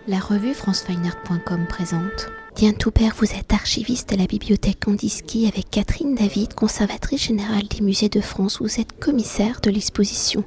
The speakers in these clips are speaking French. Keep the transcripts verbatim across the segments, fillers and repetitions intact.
La revue france fine art point com présente Diane Toubert, vous êtes archiviste à la bibliothèque Kandinsky avec Catherine David, conservatrice générale des musées de France. Vous êtes commissaire de l'exposition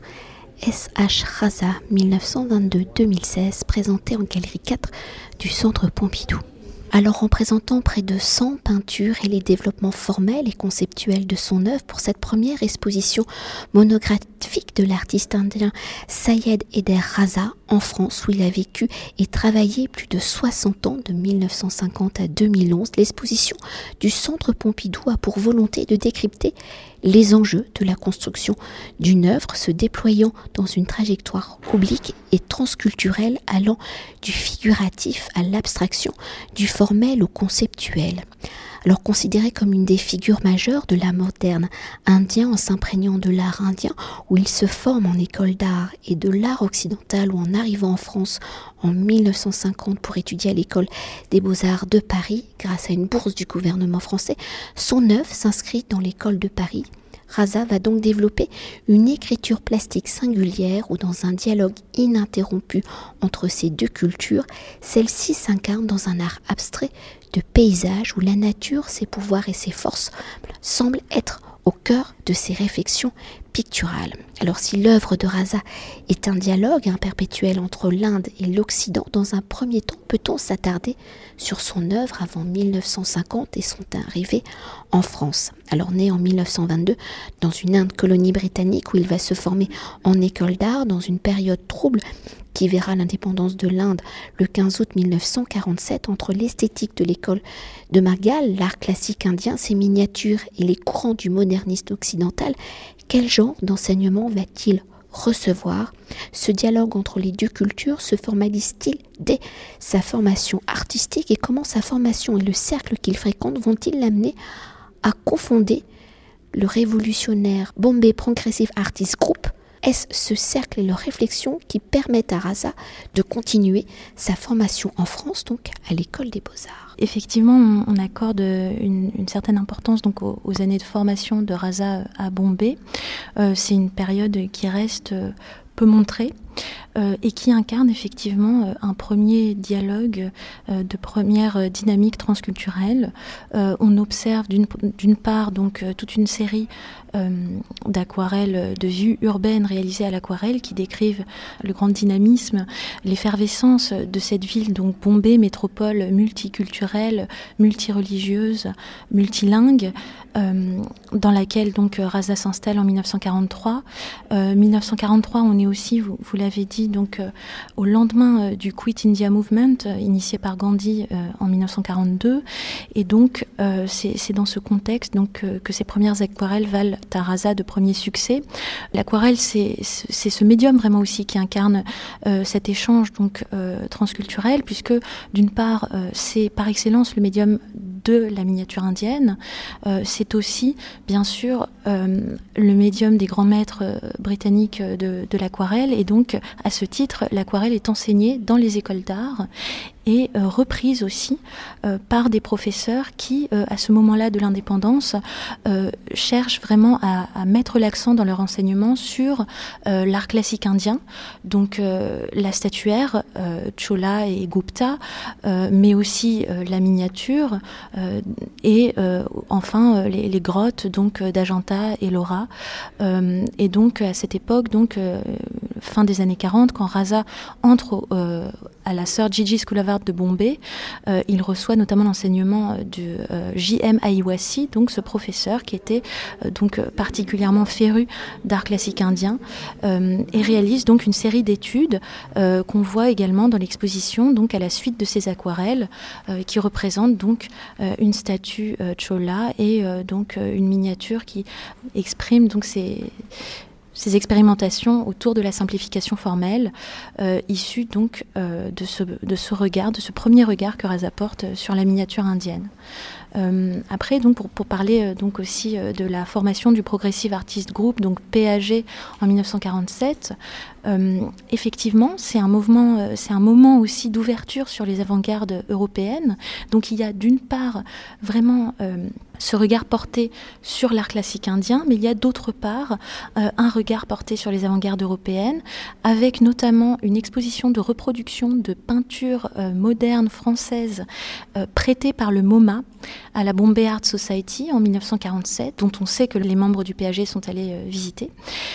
S H Raza mille neuf cent vingt-deux à deux mille seize, présentée en galerie quatre du Centre Pompidou. Alors, en présentant près de cent peintures et les développements formels et conceptuels de son œuvre pour cette première exposition monographique de l'artiste indien Syed Haider Raza en France, où il a vécu et travaillé plus de soixante ans, de mille neuf cent cinquante à deux mille onze, l'exposition du Centre Pompidou a pour volonté de décrypter les enjeux de la construction d'une œuvre se déployant dans une trajectoire oblique et transculturelle allant du figuratif à l'abstraction, du formel au conceptuel. Alors considéré comme une des figures majeures de l'art moderne indien en s'imprégnant de l'art indien où il se forme en école d'art et de l'art occidental ou en arrivant en France en mille neuf cent cinquante pour étudier à l'école des beaux-arts de Paris grâce à une bourse du gouvernement français, son œuvre s'inscrit dans l'école de Paris. Raza va donc développer une écriture plastique singulière où dans un dialogue ininterrompu entre ces deux cultures, celle-ci s'incarne dans un art abstrait de paysage où la nature, ses pouvoirs et ses forces semblent être au cœur de ses réflexions picturales. Alors si l'œuvre de Raza est un dialogue un perpétuel entre l'Inde et l'Occident, dans un premier temps, peut-on s'attarder sur son œuvre avant mille neuf cent cinquante et son arrivée en France. Alors né en mille neuf cent vingt-deux dans une Inde colonie britannique où il va se former en école d'art dans une période trouble qui verra l'indépendance de l'Inde le quinze août mille neuf cent quarante-sept entre l'esthétique de l'école de Margall, l'art classique indien, ses miniatures et les courants du modernisme occidental. Quel genre d'enseignement va-t-il recevoir? Ce dialogue entre les deux cultures se formalise-t-il dès sa formation artistique et comment sa formation et le cercle qu'il fréquente vont-ils l'amener à confonder le révolutionnaire Bombay Progressive Artist Group? Est-ce ce cercle et leurs réflexions qui permettent à Raza de continuer sa formation en France, donc à l'école des Beaux-Arts? Effectivement, on accorde une, une certaine importance donc aux, aux années de formation de Raza à Bombay. Euh, c'est une période qui reste peu montrée. Euh, et qui incarne effectivement euh, un premier dialogue euh, de première euh, dynamique transculturelle. Euh, on observe d'une, d'une part donc euh, toute une série euh, d'aquarelles de vues urbaines réalisées à l'aquarelle qui décrivent le grand dynamisme, l'effervescence de cette ville, donc Bombay, métropole multiculturelle, multireligieuse, multilingue, euh, dans laquelle donc Raza s'installe en mille neuf cent quarante-trois. Euh, mille neuf cent quarante-trois, on est aussi, vous, vous l'avez dit, donc euh, au lendemain euh, du Quit India Movement euh, initié par Gandhi euh, en mille neuf cent quarante-deux, et donc euh, c'est, c'est dans ce contexte donc euh, que ces premières aquarelles valent à Raza de premier succès. L'aquarelle, c'est, c'est ce médium vraiment aussi qui incarne euh, cet échange donc euh, transculturel, puisque d'une part euh, c'est par excellence le médium de la miniature indienne, euh, c'est aussi bien sûr euh, le médium des grands maîtres euh, britanniques de, de l'aquarelle, et donc à ce titre, l'aquarelle est enseignée dans les écoles d'art et euh, reprise aussi euh, par des professeurs qui, euh, à ce moment-là de l'indépendance, euh, cherchent vraiment à, à mettre l'accent dans leur enseignement sur euh, l'art classique indien, donc euh, la statuaire, euh, Chola et Gupta, euh, mais aussi euh, la miniature euh, et euh, enfin euh, les, les grottes donc d'Ajanta et Ellora. Euh, et donc à cette époque, donc euh, fin des années quarante, quand Raza entre euh, à la Sir Gigi School of Art de Bombay, euh, il reçoit notamment l'enseignement de euh, J M Aiwasi, donc ce professeur qui était euh, donc particulièrement féru d'art classique indien, euh, et réalise donc une série d'études euh, qu'on voit également dans l'exposition, donc à la suite de ces aquarelles euh, qui représentent donc euh, une statue euh, Chola et euh, donc euh, une miniature qui exprime donc ces ces expérimentations autour de la simplification formelle, euh, issues donc euh, de, ce, de ce regard, de ce premier regard que Raza porte sur la miniature indienne. Euh, après, donc, pour, pour parler euh, donc aussi euh, de la formation du Progressive Artist Group, donc P A G en mille neuf cent quarante-sept, Euh, effectivement, c'est un mouvement, euh, c'est un moment aussi d'ouverture sur les avant-gardes européennes. Donc il y a d'une part vraiment euh, ce regard porté sur l'art classique indien, mais il y a d'autre part euh, un regard porté sur les avant-gardes européennes, avec notamment une exposition de reproduction de peintures euh, modernes françaises euh, prêtées par le MoMA à la Bombay Art Society en dix-neuf cent quarante-sept, dont on sait que les membres du P A G sont allés euh, visiter.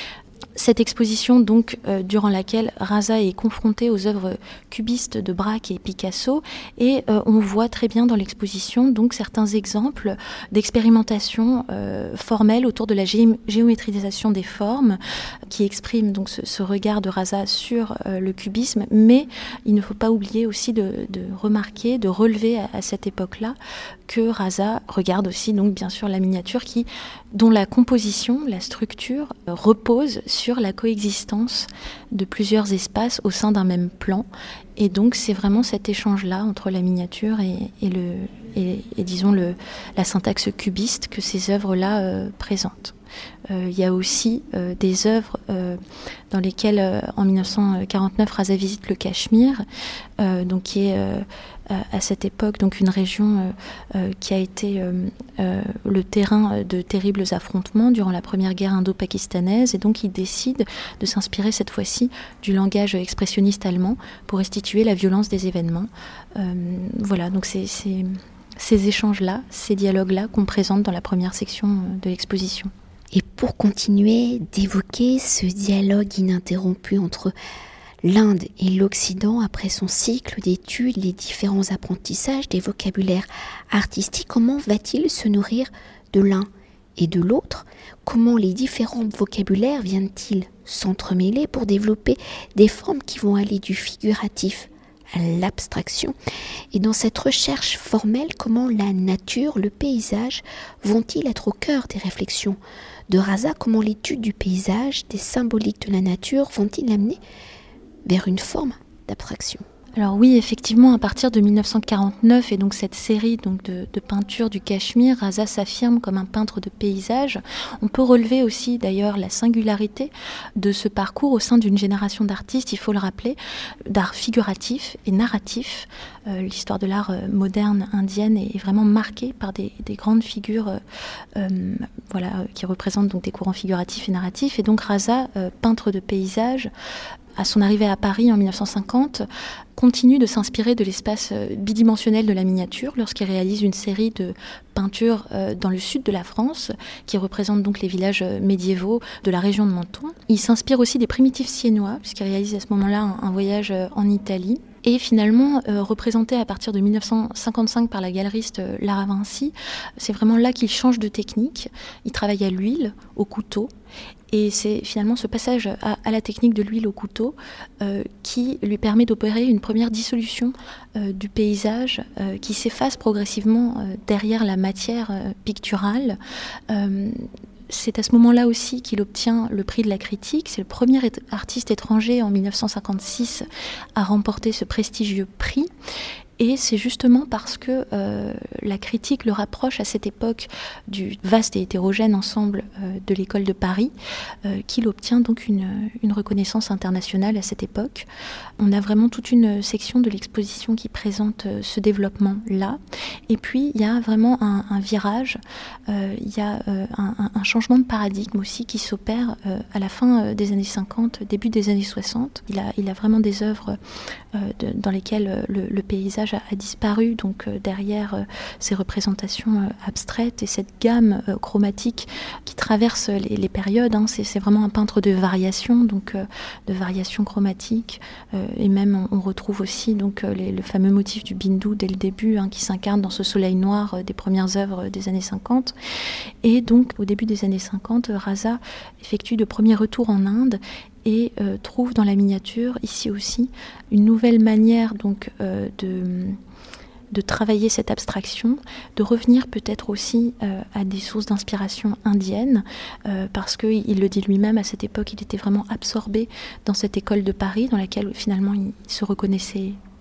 Cette exposition, donc, euh, durant laquelle Raza est confronté aux œuvres cubistes de Braque et Picasso, et euh, on voit très bien dans l'exposition donc certains exemples d'expérimentation euh, formelle autour de la gé- géométrisation des formes, qui expriment donc ce, ce regard de Raza sur euh, le cubisme. Mais il ne faut pas oublier aussi de, de remarquer, de relever à, à cette époque-là que Raza regarde aussi donc bien sûr la miniature, qui, dont la composition, la structure euh, repose sur la coexistence de plusieurs espaces au sein d'un même plan. Et donc c'est vraiment cet échange-là entre la miniature et, et, le, et, et disons le, la syntaxe cubiste que ces œuvres-là euh, présentent. Euh, il y a aussi euh, des œuvres euh, dans lesquelles, euh, en dix-neuf cent quarante-neuf, Raza visite le Cachemire, euh, donc qui est euh, à cette époque donc une région euh, euh, qui a été euh, euh, le terrain de terribles affrontements durant la première guerre indo-pakistanaise, et donc il décide de s'inspirer cette fois-ci du langage expressionniste allemand pour restituer la violence des événements. Euh, voilà, donc c'est, c'est ces échanges-là, ces dialogues-là qu'on présente dans la première section de l'exposition. Et pour continuer d'évoquer ce dialogue ininterrompu entre l'Inde et l'Occident, après son cycle d'études, les différents apprentissages des vocabulaires artistiques, comment va-t-il se nourrir de l'un et de l'autre? Comment les différents vocabulaires viennent-ils s'entremêler pour développer des formes qui vont aller du figuratif à l'abstraction? Et dans cette recherche formelle, comment la nature, le paysage vont-ils être au cœur des réflexions de Raza? Comment l'étude du paysage, des symboliques de la nature vont-ils l'amener vers une forme d'abstraction? Alors oui, effectivement, à partir de dix-neuf cent quarante-neuf, et donc cette série donc de, de peintures du Cachemire, Raza s'affirme comme un peintre de paysage. On peut relever aussi d'ailleurs la singularité de ce parcours au sein d'une génération d'artistes, il faut le rappeler, d'art figuratif et narratif. Euh, l'histoire de l'art euh, moderne indienne est, est vraiment marquée par des, des grandes figures euh, euh, voilà, euh, qui représentent donc des courants figuratifs et narratifs. Et donc Raza, euh, peintre de paysage, à son arrivée à Paris en dix-neuf cent cinquante, continue de s'inspirer de l'espace bidimensionnel de la miniature lorsqu'il réalise une série de peintures dans le sud de la France qui représentent donc les villages médiévaux de la région de Menton. Il s'inspire aussi des primitifs siennois puisqu'il réalise à ce moment-là un, un voyage en Italie. Et finalement, euh, représenté à partir de dix-neuf cent cinquante-cinq par la galeriste euh, Lara Vinci, c'est vraiment là qu'il change de technique. Il travaille à l'huile, au couteau. Et c'est finalement ce passage à, à la technique de l'huile au couteau euh, qui lui permet d'opérer une première dissolution euh, du paysage euh, qui s'efface progressivement euh, derrière la matière euh, picturale. Euh, C'est à ce moment-là aussi qu'il obtient le prix de la critique. C'est le premier artiste étranger en dix-neuf cent cinquante-six à remporter ce prestigieux prix. Et c'est justement parce que euh, la critique le rapproche à cette époque du vaste et hétérogène ensemble euh, de l'école de Paris euh, qu'il obtient donc une, une reconnaissance internationale à cette époque. On a vraiment toute une section de l'exposition qui présente euh, ce développement-là. Et puis il y a vraiment un, un virage, euh, il y a euh, un, un changement de paradigme aussi qui s'opère euh, à la fin des années cinquante, début des années soixante. Il a, il a vraiment des œuvres euh, de, dans lesquelles le, le paysage a, a disparu, donc euh, derrière euh, ces représentations euh, abstraites et cette gamme euh, chromatique qui traverse les, les périodes. Hein. C'est, c'est vraiment un peintre de variation, donc euh, de variation chromatique, euh, et même on, on retrouve aussi donc euh, les, le fameux motif du bindou dès le début, hein, qui s'incarne dans ce soleil noir euh, des premières œuvres des années cinquante. Et donc au début des années cinquante, Raza effectue de premiers retours en Inde et euh, trouve dans la miniature, ici aussi, une nouvelle manière donc, euh, de, de travailler cette abstraction, de revenir peut-être aussi euh, à des sources d'inspiration indiennes, euh, parce qu'il le dit lui-même, à cette époque, il était vraiment absorbé dans cette école de Paris, dans laquelle finalement il se reconnaissait peu.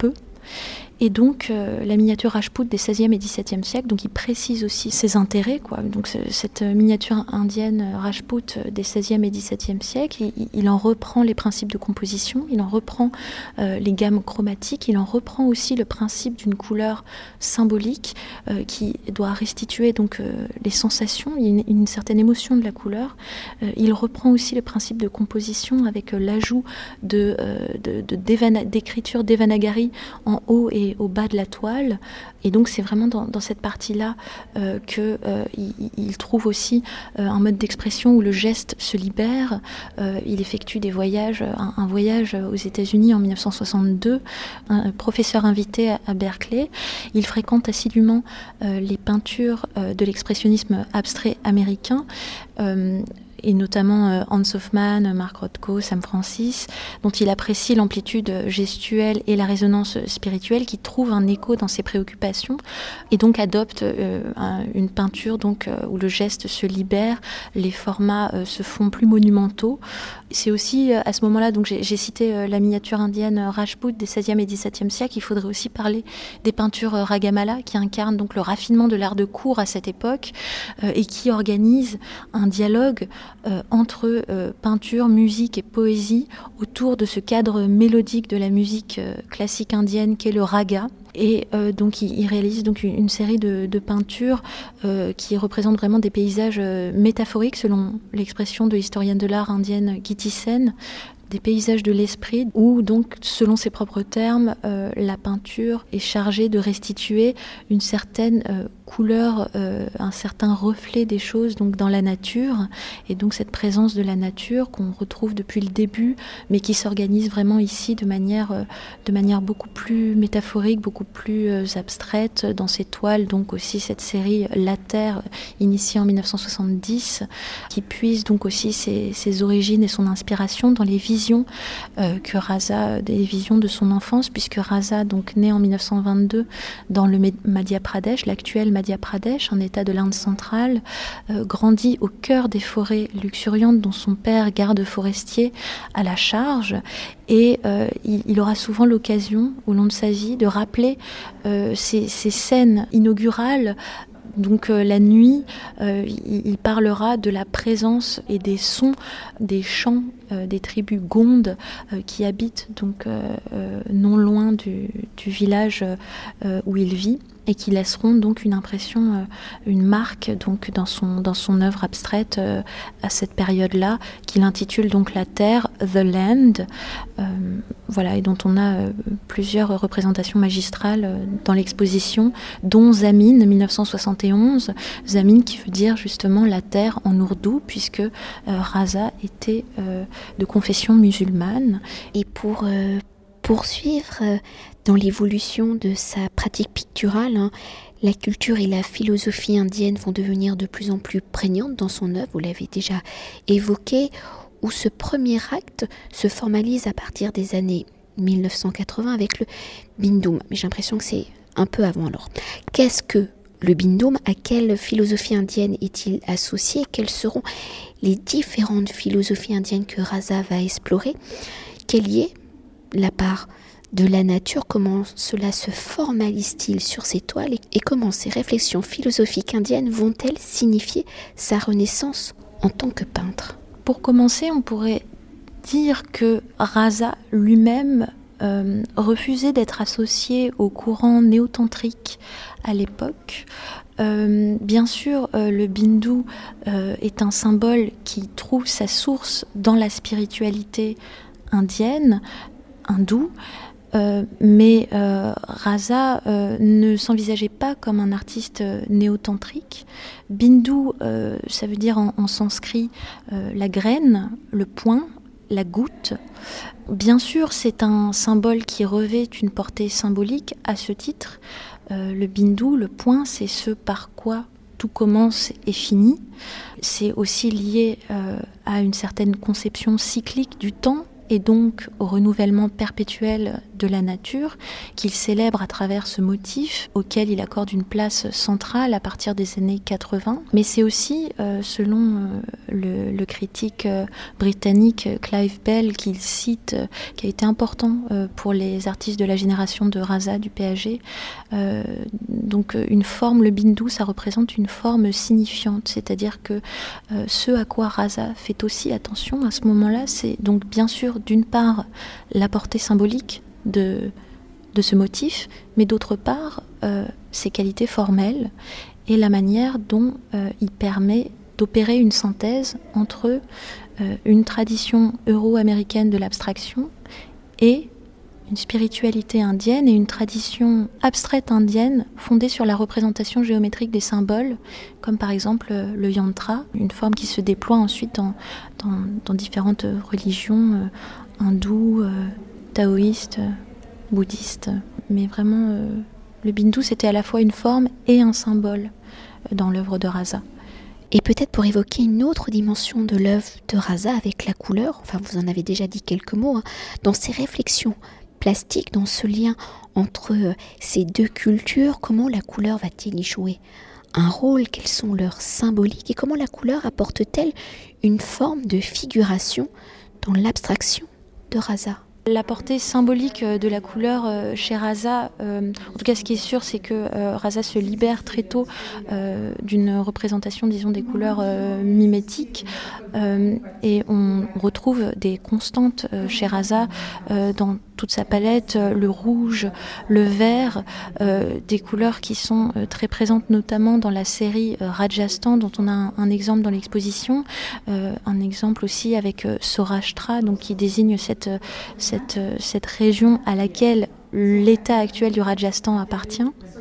Et donc, euh, la miniature Rajput des seizième et dix-septième siècles, donc il précise aussi ses intérêts, quoi. Donc, cette miniature indienne Rajput des seizième et dix-septième siècle, il, il en reprend les principes de composition, il en reprend euh, les gammes chromatiques, il en reprend aussi le principe d'une couleur symbolique euh, qui doit restituer donc euh, les sensations, une, une certaine émotion de la couleur. Euh, il reprend aussi le principe de composition avec euh, l'ajout de, euh, de, de, Devana, d'écriture Devanagari en haut et au bas de la toile. Et donc c'est vraiment dans, dans cette partie-là euh, qu'il euh, il trouve aussi euh, un mode d'expression où le geste se libère. Euh, il effectue des voyages, un, un voyage aux États-Unis en dix-neuf cent soixante-deux, un professeur invité à, à Berkeley. Il fréquente assidûment euh, les peintures euh, de l'expressionnisme abstrait américain. Euh, et notamment euh, Hans Hofmann, Mark Rothko, Sam Francis, dont il apprécie l'amplitude gestuelle et la résonance spirituelle, qui trouve un écho dans ses préoccupations, et donc adopte euh, un, une peinture donc, euh, où le geste se libère, les formats euh, se font plus monumentaux. C'est aussi euh, à ce moment-là, donc j'ai, j'ai cité euh, la miniature indienne Rajput des seizième et dix-septième siècle, il faudrait aussi parler des peintures euh, Ragamala, qui incarnent donc le raffinement de l'art de cour à cette époque, euh, et qui organisent un dialogue Euh, entre euh, peinture, musique et poésie autour de ce cadre mélodique de la musique euh, classique indienne qu'est le raga. Et euh, donc il, il réalise donc une, une série de, de peintures euh, qui représentent vraiment des paysages euh, métaphoriques, selon l'expression de l'historienne de l'art indienne Kitty Sen, des paysages de l'esprit, où donc, selon ses propres termes, euh, la peinture est chargée de restituer une certaine euh, couleur, euh, un certain reflet des choses donc dans la nature, et donc cette présence de la nature qu'on retrouve depuis le début, mais qui s'organise vraiment ici de manière, euh, de manière beaucoup plus métaphorique, beaucoup plus euh, abstraite dans ces toiles, donc aussi cette série La Terre, initiée en dix-neuf cent soixante-dix, qui puise donc aussi ses, ses origines et son inspiration dans les visions Euh, que Raza, des visions de son enfance, puisque Raza, donc né en dix-neuf cent vingt-deux dans le Madhya Pradesh, l'actuel Madhya Pradesh, un état de l'Inde centrale, euh, grandit au cœur des forêts luxuriantes dont son père, garde forestier, a la charge, et euh, il, il aura souvent l'occasion, au long de sa vie, de rappeler euh, ces, ces scènes inaugurales. Donc euh, la nuit, euh, il, il parlera de la présence et des sons des chants euh, des tribus gondes euh, qui habitent donc euh, euh, non loin du, du village euh, où il vit, et qui laisseront donc une impression, euh, une marque donc dans son dans son œuvre abstraite euh, à cette période-là, qu'il intitule donc La Terre, The Land, euh, voilà, et dont on a euh, plusieurs représentations magistrales euh, dans l'exposition, dont Zamine dix-neuf cent soixante et onze, Zamine qui veut dire justement la terre en ourdou, puisque euh, Raza était euh, de confession musulmane. Et pour euh, poursuivre euh, dans l'évolution de sa pratique picturale, hein, la culture et la philosophie indienne vont devenir de plus en plus prégnantes dans son œuvre, vous l'avez déjà évoqué, où ce premier acte se formalise à partir des années dix-neuf cent quatre-vingts avec le Bindum. Mais j'ai l'impression que c'est un peu avant alors. Qu'est-ce que le Bindum? À quelle philosophie indienne est-il associé? Quelles seront les différentes philosophies indiennes que Raza va explorer? Quelle y est la part de la nature? Comment cela se formalise-t-il sur ces toiles? Et comment ces réflexions philosophiques indiennes vont-elles signifier sa renaissance en tant que peintre? Pour commencer, on pourrait dire que Raza lui-même euh, refusait d'être associé au courant néotantrique à l'époque. Euh, bien sûr, euh, le Bindu euh, est un symbole qui trouve sa source dans la spiritualité indienne, hindoue, euh, mais euh, Raza euh, ne s'envisageait pas comme un artiste euh, néotantrique. Bindu, euh, ça veut dire en, en sanskrit euh, la graine, le point, la goutte. Bien sûr, c'est un symbole qui revêt une portée symbolique à ce titre. Euh, le Bindu, le point, c'est ce par quoi tout commence et finit. C'est aussi lié euh, à une certaine conception cyclique du temps, et donc au renouvellement perpétuel de la nature, qu'il célèbre à travers ce motif auquel il accorde une place centrale à partir des années quatre-vingts. Mais c'est aussi, euh, selon euh, le, le critique euh, britannique Clive Bell, qu'il cite, euh, qui a été important euh, pour les artistes de la génération de Raza, du P A G. Euh, donc une forme, le bindu, ça représente une forme signifiante, c'est-à-dire que euh, ce à quoi Raza fait aussi attention à ce moment-là, c'est donc bien sûr d'une part la portée symbolique de, de ce motif, mais d'autre part euh, ses qualités formelles et la manière dont euh, il permet d'opérer une synthèse entre euh, une tradition euro-américaine de l'abstraction et une spiritualité indienne et une tradition abstraite indienne fondée sur la représentation géométrique des symboles, comme par exemple le yantra, une forme qui se déploie ensuite dans, dans, dans différentes religions euh, hindoues, euh, taoïstes, euh, bouddhistes. Mais vraiment, euh, le bindu, c'était à la fois une forme et un symbole euh, dans l'œuvre de Raza. Et peut-être pour évoquer une autre dimension de l'œuvre de Raza avec la couleur, enfin vous en avez déjà dit quelques mots, hein, dans ses réflexions plastique, dans ce lien entre ces deux cultures, comment la couleur va-t-il y jouer un rôle, quelles sont leurs symboliques et comment la couleur apporte-t-elle une forme de figuration dans l'abstraction de Raza? La portée symbolique de la couleur chez Raza, euh, en tout cas ce qui est sûr, c'est que euh, Raza se libère très tôt euh, d'une représentation, disons, des couleurs euh, mimétiques euh, et on retrouve des constantes euh, chez Raza euh, dans toute sa palette, euh, le rouge, le vert, euh, des couleurs qui sont euh, très présentes notamment dans la série euh, Rajasthan dont on a un, un exemple dans l'exposition, euh, un exemple aussi avec euh, Saurashtra, donc qui désigne cette, cette, cette région à laquelle l'état actuel du Rajasthan appartient.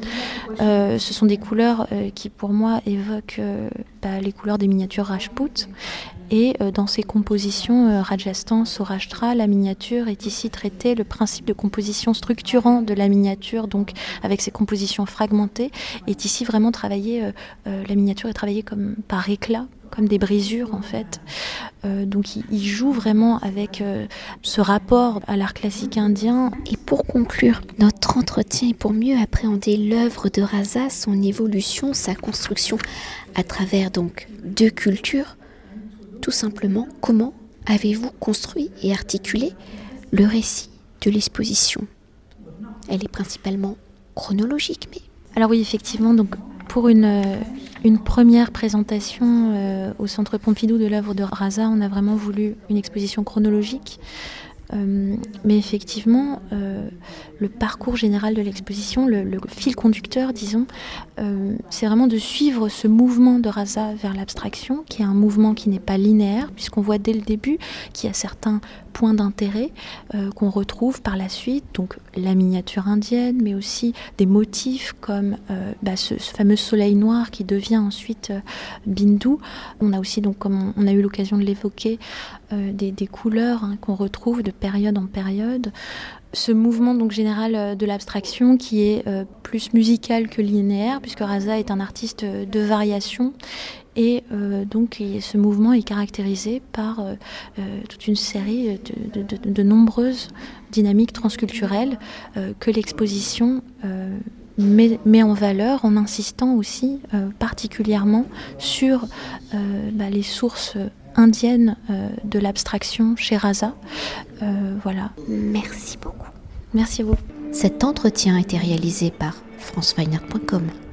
Euh, ce sont des couleurs euh, qui pour moi évoquent euh, bah, les couleurs des miniatures Rajput. Et euh, dans ces compositions euh, Rajasthan, Saurashtra, la miniature est ici traitée, le principe de composition structurant de la miniature, donc avec ces compositions fragmentées, est ici vraiment travaillé, euh, euh, la miniature est travaillée comme par éclats, comme des brisures en fait. Euh, donc il, il joue vraiment avec euh, ce rapport à l'art classique indien. Et pour conclure notre entretien et pour mieux appréhender l'œuvre de Raza, son évolution, sa construction à travers donc deux cultures, tout simplement, comment avez-vous construit et articulé le récit de l'exposition? Elle est principalement chronologique, mais... Alors oui, effectivement, donc pour une, une première présentation euh, au Centre Pompidou de l'œuvre de Raza, on a vraiment voulu une exposition chronologique. Euh, mais effectivement, euh, le parcours général de l'exposition, le, le fil conducteur, disons, euh, c'est vraiment de suivre ce mouvement de Raza vers l'abstraction, qui est un mouvement qui n'est pas linéaire, puisqu'on voit dès le début qu'il y a certains points d'intérêt euh, qu'on retrouve par la suite, donc la miniature indienne, mais aussi des motifs comme euh, bah, ce, ce fameux soleil noir qui devient ensuite euh, bindu. On a aussi, donc, comme on, on a eu l'occasion de l'évoquer, euh, des, des couleurs hein, qu'on retrouve de période en période. Ce mouvement donc général de l'abstraction qui est euh, plus musical que linéaire, puisque Raza est un artiste de variation. Et euh, donc ce mouvement est caractérisé par euh, euh, toute une série de, de, de, de nombreuses dynamiques transculturelles euh, que l'exposition euh, met, met en valeur en insistant aussi euh, particulièrement sur euh, bah, les sources indiennes euh, de l'abstraction chez Raza. Euh, voilà. Merci beaucoup. Merci à vous. Cet entretien a été réalisé par france fine art point com.